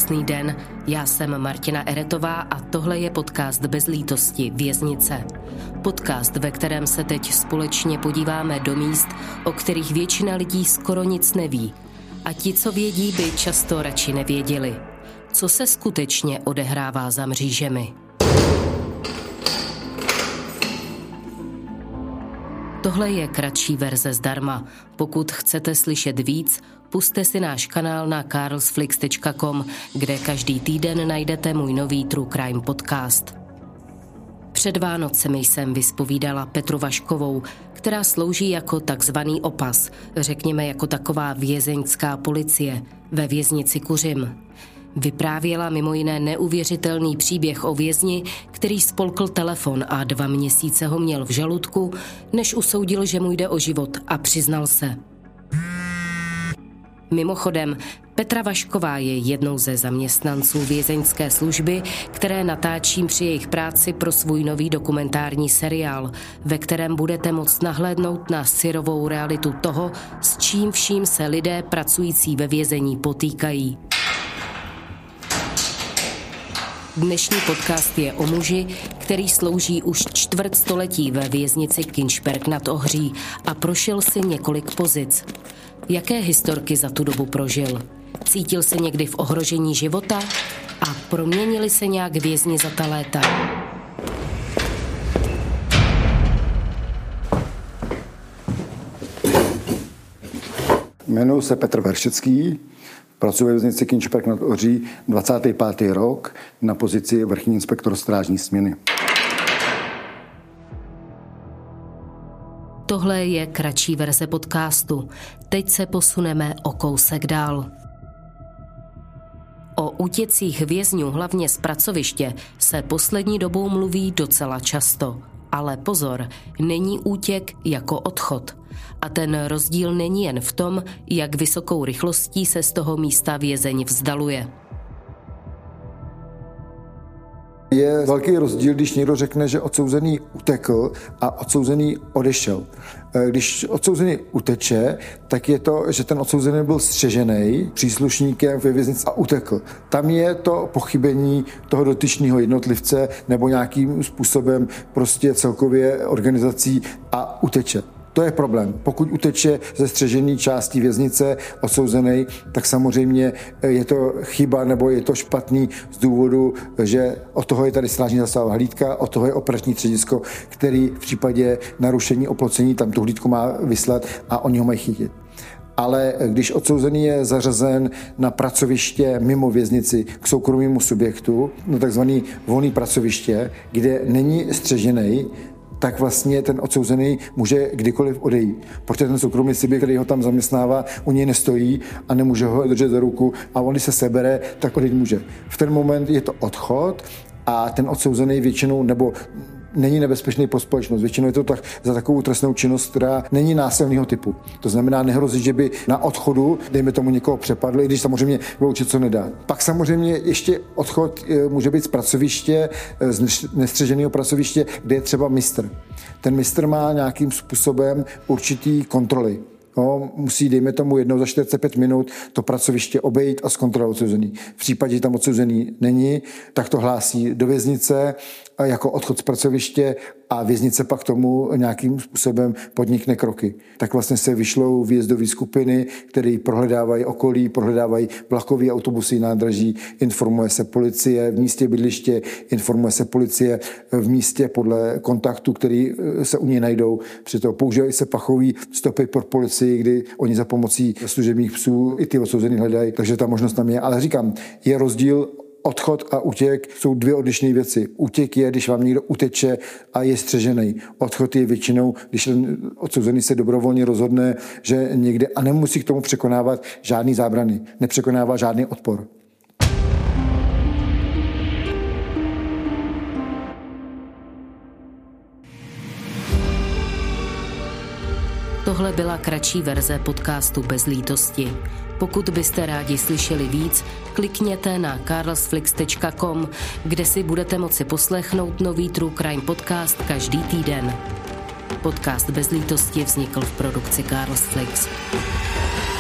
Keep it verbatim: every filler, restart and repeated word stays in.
Krásný den, já jsem Martina Eretová a tohle je podcast Bez lítosti Věznice. Podcast, ve kterém se teď společně podíváme do míst, o kterých většina lidí skoro nic neví. A ti, co vědí, by často radši nevěděli. Co se skutečně odehrává za mřížemi? Tohle je kratší verze zdarma. Pokud chcete slyšet víc, pusťte si náš kanál na carlsflix tečka com, kde každý týden najdete můj nový True Crime podcast. Před Vánocemi jsem vyspovídala Petru Vaškovou, která slouží jako takzvaný opas, řekněme jako taková vězeňská policie ve věznici Kuřim. Vyprávěla mimo jiné neuvěřitelný příběh o vězni, který spolkl telefon a dva měsíce ho měl v žaludku, než usoudil, že mu jde o život, a přiznal se. Mimochodem, Petra Vašková je jednou ze zaměstnanců vězeňské služby, které natáčím při jejich práci pro svůj nový dokumentární seriál, ve kterém budete moct nahlédnout na syrovou realitu toho, s čím vším se lidé pracující ve vězení potýkají. Dnešní podcast je o muži, který slouží už čtvrt století ve věznici Kinčberg nad Ohří a prošel si několik pozic. Jaké historky za tu dobu prožil? Cítil se někdy v ohrožení života? A proměnili se nějak vězni za ta léta? Jmenuji se Petr Veršický, pracuji ve věznici Kinčberg nad Ohří dvacátý pátý rok na pozici vrchní inspektor strážní směny. Tohle je kratší verze podcastu. Teď se posuneme o kousek dál. O útěcích vězňů, hlavně z pracoviště, se poslední dobou mluví docela často. Ale pozor, není útěk jako odchod. A ten rozdíl není jen v tom, jak vysokou rychlostí se z toho místa vězeň vzdaluje. Je velký rozdíl, když někdo řekne, že odsouzený utekl a odsouzený odešel. Když odsouzený uteče, tak je to, že ten odsouzený byl střežený příslušníkem ve věznici a utekl. Tam je to pochybení toho dotyčného jednotlivce nebo nějakým způsobem prostě celkově organizací a uteče. To je problém. Pokud uteče ze střežené části věznice odsouzený, tak samozřejmě je to chyba nebo je to špatný z důvodu, že od toho je tady strážní zásahová hlídka, od toho je operační středisko, který v případě narušení oplocení tam tu hlídku má vyslat a oni ho mají chytit. Ale když odsouzený je zařazen na pracoviště mimo věznici k soukromému subjektu, na takzvaný volný pracoviště, kde není střežený, tak vlastně ten odsouzený může kdykoliv odejít. Protože ten soukromý subjekt, který ho tam zaměstnává, u něj nestojí a nemůže ho držet za ruku a on, když se sebere, tak odejít může. V ten moment je to odchod a ten odsouzený většinou, nebo není nebezpečný pro společnost. Většinou je to tak za takovou trestnou činnost, která není násilného typu. To znamená, nehrozí, že by na odchodu, dejme tomu, někoho přepadli, i když samozřejmě vyloučit co nedá. Pak samozřejmě ještě odchod může být z pracoviště, z nestřeženého pracoviště, kde je třeba mistr. Ten mistr má nějakým způsobem určitý kontroly. No, musí, dejme tomu, jednou za čtyřicet pět minut to pracoviště obejít a zkontrolovat odsouzený. V případě, že tam odsouzený není, tak to hlásí do věznice jako odchod z pracoviště a věznice pak tomu nějakým způsobem podnikne kroky. Tak vlastně se vyšlou výjezdové skupiny, které prohledávají okolí, prohledávají vlakové autobusy, nádraží, informuje se policie v místě bydliště, informuje se policie v místě podle kontaktů, který se u něj najdou. Přitom používají se pachové stopy pro policii, kdy oni za pomocí služebních psů i ty odsouzený hledají, takže ta možnost tam je. Ale říkám, je rozdíl. Odchod a útěk jsou dvě odlišné věci. Útěk je, když vám někdo uteče a je střežený. Odchod je většinou, když ten odsouzený se dobrovolně rozhodne, že někde a nemusí k tomu překonávat žádný zábrany, nepřekonává žádný odpor. Tohle byla kratší verze podcastu Bez lítosti. Pokud byste rádi slyšeli víc, klikněte na carlsflix tečka com, kde si budete moci poslechnout nový True Crime podcast každý týden. Podcast Bez lítosti vznikl v produkci Carlsflix.